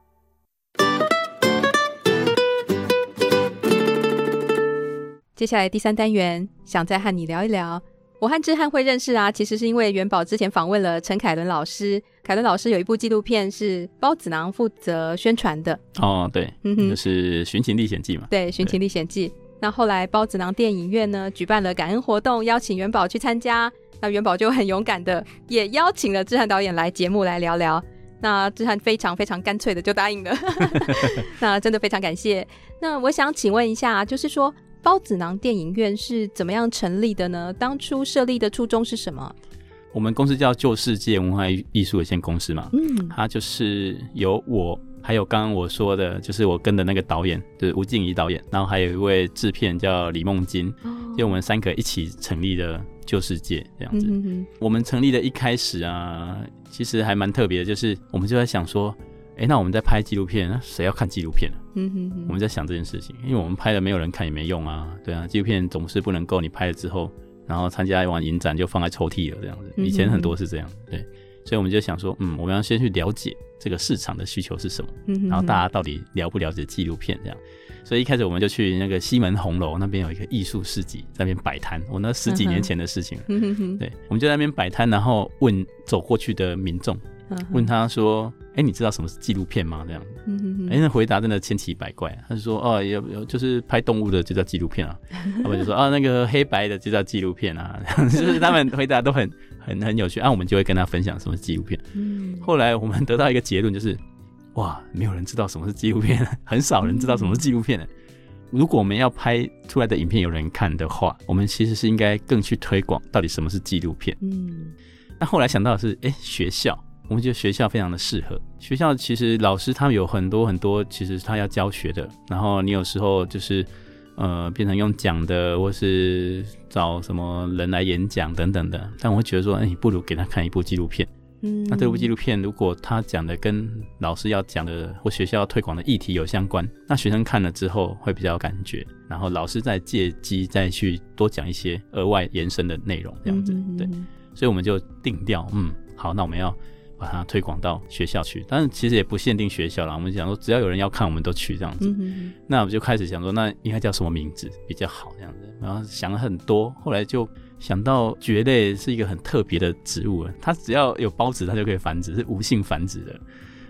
接下来第3单元，想再和你聊一聊。我和志翰会认识啊，其实是因为元宝之前访问了陈凯伦老师，凯伦老师有一部纪录片是包子囊负责宣传的。 哦，对，就是《寻情历险记》嘛。 对，《寻情历险记》。那后来包子囊电影院呢举办了感恩活动，邀请元宝去参加。那元宝就很勇敢的也邀请了志翰导演来节目来聊聊。那志翰非常非常干脆的就答应了那真的非常感谢。那我想请问一下，就是说包子囊电影院是怎么样成立的呢？当初设立的初衷是什么？ 我们公司叫旧世界文化艺术有限公司嘛，它就是由我还有刚刚我说的，就是我跟的那个导演，就是吴静怡导演，然后还有一位制片叫李梦金，就我们3个一起成立的旧世界这样子。我们成立的一开始啊，其实还蛮特别的，就是我们就在想说，那我们在拍纪录片，那谁要看纪录片我们在想这件事情，因为我们拍了没有人看也没用啊，对啊，纪录片总是不能够你拍了之后，然后参加完影展就放在抽屉了这样子，以前很多是这样，对，所以我们就想说，我们要先去了解这个市场的需求是什么，然后大家到底了不了解纪录片这样。所以一开始我们就去那个西门红楼那边有一个艺术市集，在那边摆摊，我那10几年前的事情了。对，我们就在那边摆摊，然后问走过去的民众，问他说：“你知道什么是纪录片吗？”这样，那回答真的千奇百怪。他就说：“哦，有就是拍动物的就叫纪录片啊。”他们就说：“哦，那个黑白的就叫纪录片啊。”就是他们回答都很有趣啊，我们就会跟他分享什么是纪录片。后来我们得到一个结论就是。哇，没有人知道什么是纪录片，很少人知道什么是纪录片。如果我们要拍出来的影片有人看的话，我们其实是应该更去推广到底什么是纪录片。那后来想到的是，学校，我们觉得学校非常的适合。学校其实老师他们有很多很多，其实他要教学的，然后你有时候就是变成用讲的，或是找什么人来演讲等等的。但我会觉得说，你不如给他看一部纪录片。那这部纪录片如果他讲的跟老师要讲的或学校要推广的议题有相关，那学生看了之后会比较有感觉，然后老师再借机再去多讲一些额外延伸的内容这样子。对，所以我们就定调好，那我们要把它推广到学校去，但是其实也不限定学校啦，我们想说只要有人要看我们都去这样子。那我们就开始想说，那应该叫什么名字比较好这样子，然后想了很多，后来就想到蕨类是一个很特别的植物，它只要有孢子它就可以繁殖，是无性繁殖的，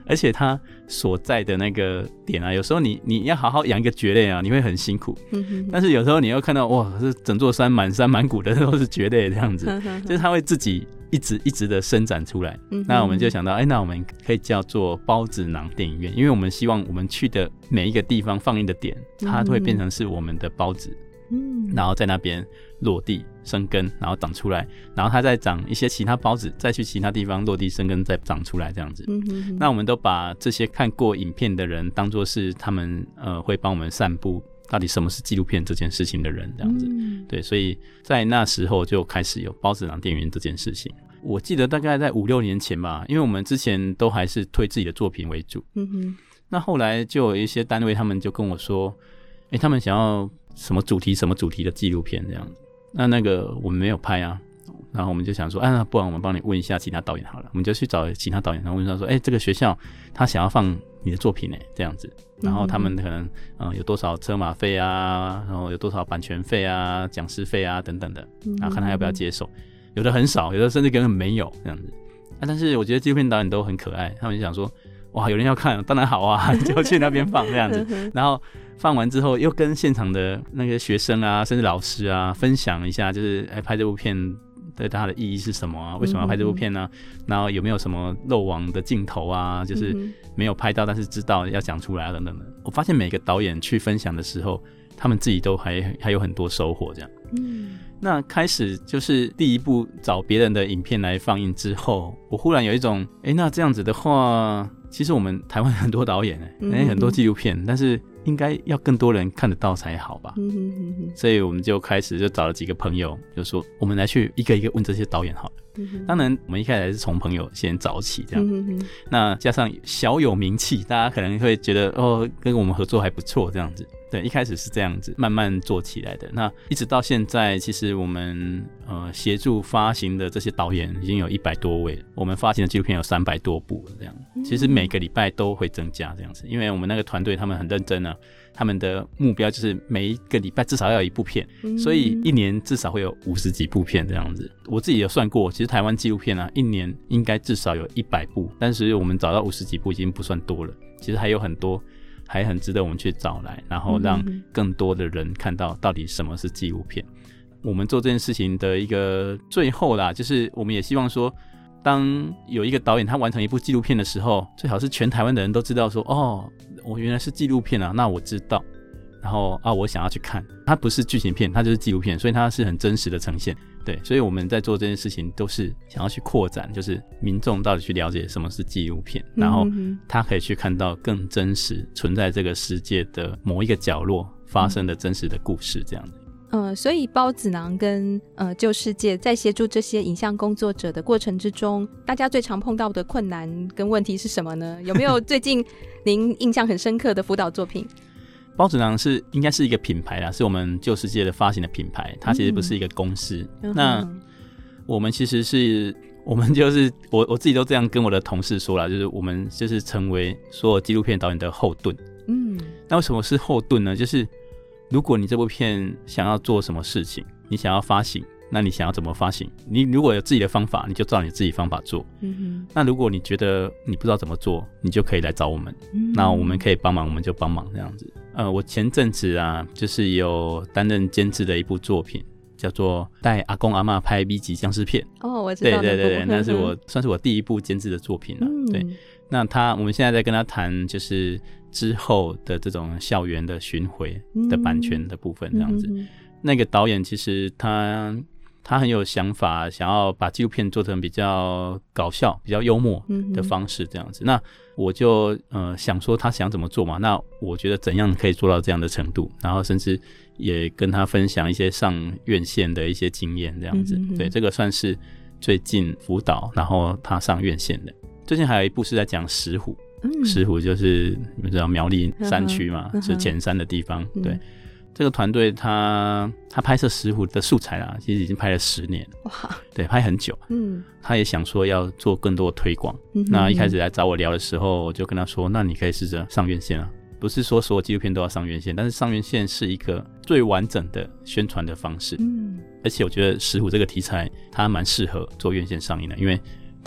而且它所在的那个点啊，有时候你要好好养一个蕨类啊，你会很辛苦。但是有时候你又看到哇，是整座山满山满谷的都是蕨类这样子，就是它会自己一直的伸展出来。那我们就想到，那我们可以叫做包子囊电影院，因为我们希望我们去的每一个地方放映的点，它都会变成是我们的包子。然后在那边落地生根，然后长出来，然后它再长一些其他孢子，再去其他地方落地生根，再长出来这样子。那我们都把这些看过影片的人当作是他们会帮我们散布到底什么是纪录片这件事情的人这样子。对，所以在那时候就开始有孢子囊电影院这件事情。我记得大概在5-6年前吧，因为我们之前都还是推自己的作品为主。那后来就有一些单位他们就跟我说，他们想要什么主题的纪录片这样子。那个我们没有拍啊，然后我们就想说，那不然我们帮你问一下其他导演好了。我们就去找其他导演，然后问他说，这个学校他想要放你的作品这样子，然后他们可能有多少车马费啊，然后有多少版权费啊、讲师费啊等等的，然后看他要不要接受。有的很少，有的甚至根本没有这样子。但是我觉得纪录片导演都很可爱，他们就想说，哇，有人要看，当然好啊，就去那边放这样子。然后放完之后，又跟现场的那个学生啊，甚至老师啊，分享一下，就是拍这部片对它的意义是什么啊？为什么要拍这部片呢？然后有没有什么漏网的镜头啊？就是没有拍到，但是知道要讲出来啊，等等的。我发现每个导演去分享的时候，他们自己都还有很多收获，这样。那开始就是第一步找别人的影片来放映之后，我忽然有一种，那这样子的话，其实我们台湾很多导演很多纪录片，但是应该要更多人看得到才好吧。所以我们就开始就找了几个朋友，就说我们来去一个一个问这些导演好了。当然我们一开始还是从朋友先找起这样。那加上小有名气，大家可能会觉得跟我们合作还不错这样子。对，一开始是这样子慢慢做起来的。那一直到现在，其实我们协助发行的这些导演已经有100多位，我们发行的纪录片有300多部这样。其实每个礼拜都会增加这样子，因为我们那个团队他们很认真啊，他们的目标就是每一个礼拜至少要有一部片，所以一年至少会有50几部片这样子。我自己有算过，其实台湾纪录片啊，一年应该至少有100部，但是我们找到50几部已经不算多了，其实还有很多还很值得我们去找来，然后让更多的人看到到底什么是纪录片。我们做这件事情的一个最后啦，就是我们也希望说，当有一个导演他完成一部纪录片的时候，最好是全台湾的人都知道说，我原来是纪录片啊，那我知道，然后我想要去看。它不是剧情片，它就是纪录片，所以它是很真实的呈现。对，所以我们在做这件事情都是想要去扩展，就是民众到底去了解什么是纪录片，然后他可以去看到更真实存在这个世界的某一个角落发生的真实的故事这样子。 所以孢子囊跟旧世界在协助这些影像工作者的过程之中，大家最常碰到的困难跟问题是什么呢？有没有最近您印象很深刻的辅导作品？ 孢子囊应该是一个品牌啦，是我们旧世界的发行的品牌，它其实不是一个公司。那我们其实是我们就是我自己都这样跟我的同事说啦，就是我们就是成为所有纪录片导演的后盾。那为什么是后盾呢？就是如果你这部片想要做什么事情，你想要发行，那你想要怎么发行？你如果有自己的方法，你就照你自己方法做。那如果你觉得你不知道怎么做，你就可以来找我们。那我们可以帮忙，我们就帮忙这样子。我前阵子啊，就是有担任监制的一部作品，叫做带阿公阿嬷拍 B 级僵尸片。 我知道。 对，那是算是我第一部监制的作品了。对，那我们现在在跟他谈，就是之后的这种校园的巡回的版权的部分这样子。那个导演其实他很有想法，想要把纪录片做成比较搞笑、比较幽默的方式这样子。那我就想说他想怎么做嘛，那我觉得怎样可以做到这样的程度，然后甚至也跟他分享一些上院线的一些经验这样子。对，这个算是最近辅导，然后他上院线的。最近还有一部是在讲石虎。石虎就是你知道苗栗山区嘛，是前山的地方。对，这个团队他拍摄石虎的素材其实已经拍了10年。哇，对，拍很久。他也想说要做更多的推广。那一开始来找我聊的时候，我就跟他说，那你可以试着上院线啊。不是说所有纪录片都要上院线，但是上院线是一个最完整的宣传的方式。而且我觉得石虎这个题材它蛮适合做院线上映的，因为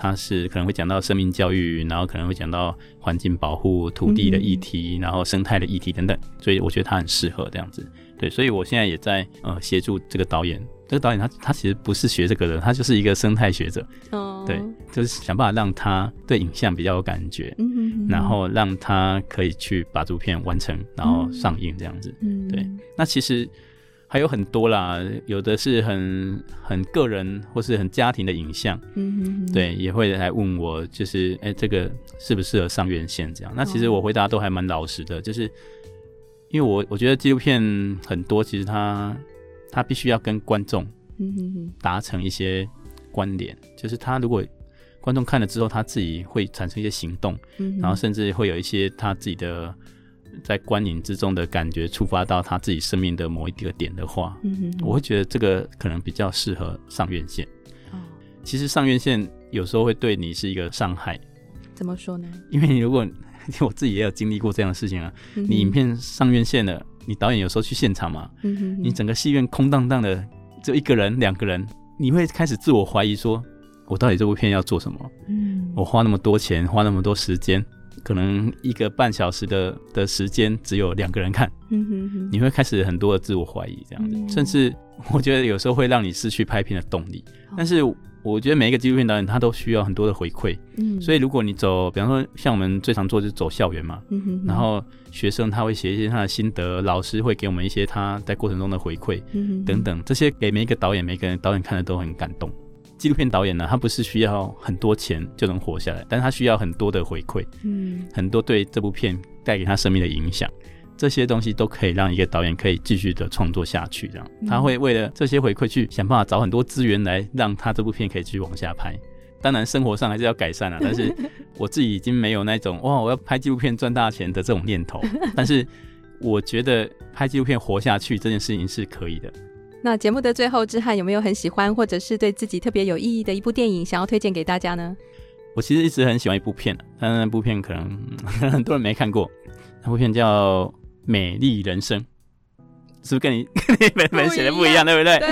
它是可能会讲到生命教育，然后可能会讲到环境保护、土地的议题，然后生态的议题等等，所以我觉得它很适合这样子。对，所以我现在也在协助这个导演。这个导演他其实不是学这个的，他就是一个生态学者。对，就是想办法让他对影像比较有感觉，然后让他可以去把这部片完成，然后上映这样子。对，那其实还有很多啦，有的是很个人或是很家庭的影像，对，也会来问我，就是这个适不适合上院线这样。那其实我回答都还蛮老实的，就是因为我觉得纪录片很多，其实它必须要跟观众达成一些关联，就是他如果观众看了之后，他自己会产生一些行动，然后甚至会有一些他自己的在观影之中的感觉触发到他自己生命的某一个点的话，我会觉得这个可能比较适合上院线。其实上院线有时候会对你是一个伤害。 怎么说呢？因为你如果我自己也有经历过这样的事情啊，你影片上院线了，你导演有时候去现场嘛，你整个戏院空荡荡的，只有一个人两个人，你会开始自我怀疑说，我到底这部片要做什么？我花那么多钱，花那么多时间，可能1个半小时的时间只有2个人看，你会开始很多的自我怀疑这样子，甚至我觉得有时候会让你失去拍片的动力。但是我觉得每一个纪录片导演他都需要很多的回馈，所以如果你走，比方说像我们最常做就是走校园嘛，然后学生他会写一些他的心得，老师会给我们一些他在过程中的回馈，等等，这些给每一个导演看的都很感动。纪录片导演呢，他不是需要很多钱就能活下来，但是他需要很多的回馈，很多对这部片带给他生命的影响，这些东西都可以让一个导演可以继续的创作下去，这样他会为了这些回馈去想办法找很多资源来让他这部片可以继续往下拍。当然生活上还是要改善但是我自己已经没有那种我要拍纪录片赚大钱的这种念头，但是我觉得拍纪录片活下去这件事情是可以的。 那节目的最后，之翰有没有很喜欢或者是对自己特别有意义的一部电影想要推荐给大家呢？ 我其实一直很喜欢一部片，但是那部片可能很多人没看过，那部片叫《美丽人生》，是不是跟你本本写的不一样，对不对？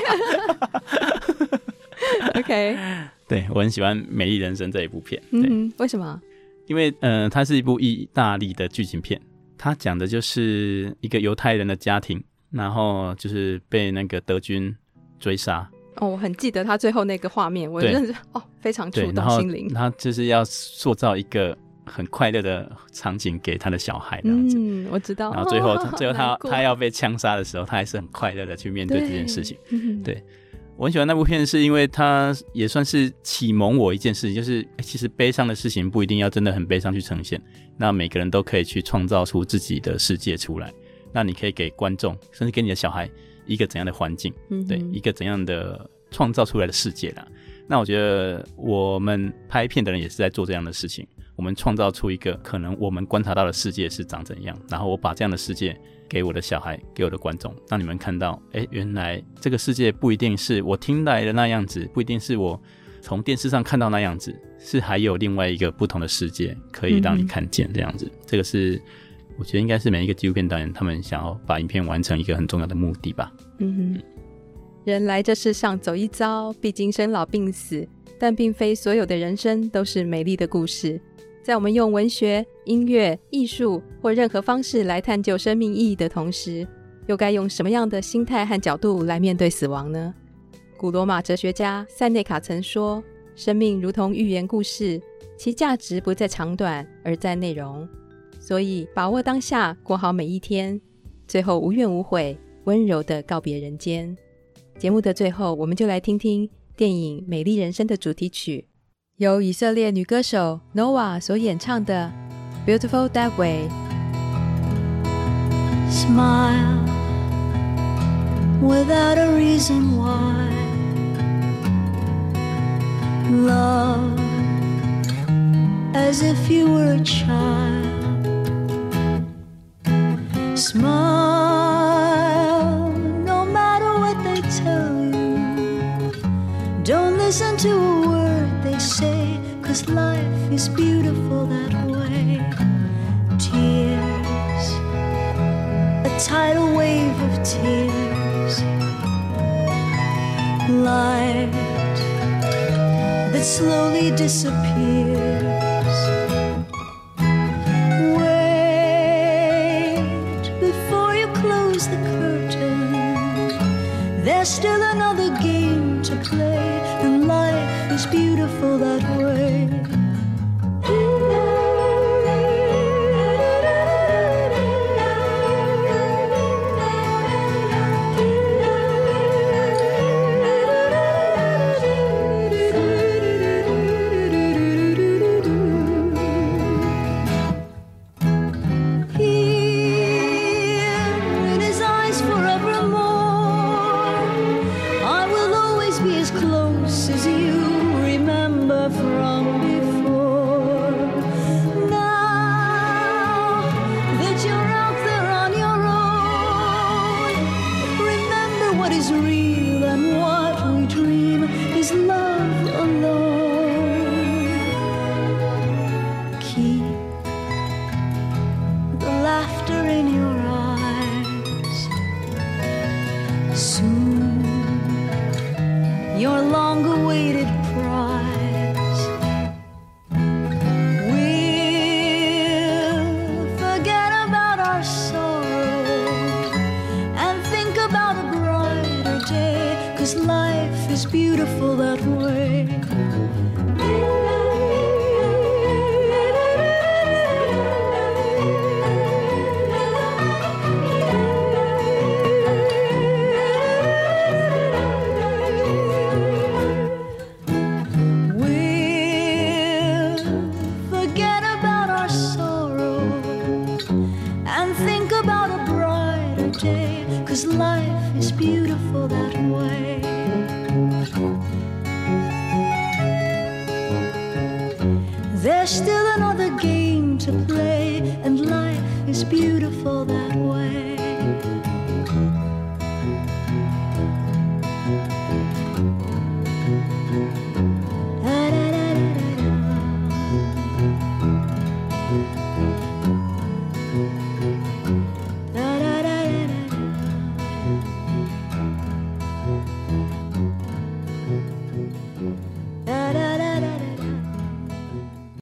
对。OK。 对，我很喜欢《美丽人生》这一部片。 为什么？ 因为它是一部意大利的剧情片，它讲的就是一个犹太人的家庭，然后就是被那个德军追杀。 我很记得他最后那个画面，我真的非常触动心灵。 他就是要塑造一个很快乐的场景给他的小孩， 我知道。 然后最后他要被枪杀的时候，他还是很快乐的去面对这件事情。对，我很喜欢那部片，是因为它也算是启蒙我一件事情，就是其实悲伤的事情不一定要真的很悲伤去呈现，那每个人都可以去创造出自己的世界出来。那你可以给观众，甚至给你的小孩一个怎样的环境，对，一个怎样的创造出来的世界啦。那我觉得我们拍片的人也是在做这样的事情，我们创造出一个可能我们观察到的世界是长怎样，然后我把这样的世界给我的小孩，给我的观众，让你们看到原来这个世界不一定是我听来的那样子，不一定是我从电视上看到那样子，是还有另外一个不同的世界可以让你看见这样子。这个是我觉得应该是每一个纪录片导演他们想要把影片完成一个很重要的目的吧。 人来这世上走一遭，必经生老病死，但并非所有的人生都是美丽的故事。在我们用文学、音乐、艺术或任何方式来探究生命意义的同时，又该用什么样的心态和角度来面对死亡呢？古罗马哲学家塞内卡曾说，生命如同寓言故事，其价值不在长短，而在内容。所以把握当下，过好每一天，最后无怨无悔，温柔地告别人间。节目的最后，我们就来听听电影《美丽人生》的主题曲，由以色列女歌手 Noah 所演唱的 Beautiful That Way。 Smile without a reason why. Love as if you were a child. Smile no matter what they tell you. Don't listen to a word they say, 'cause life is beautiful that way. Tears, a tidal wave of tears. Light, that slowly disappears. Wait before you close the curtain. There's still another game to play, and life is beautiful that way. There's still another game to play, and life is beautiful that way.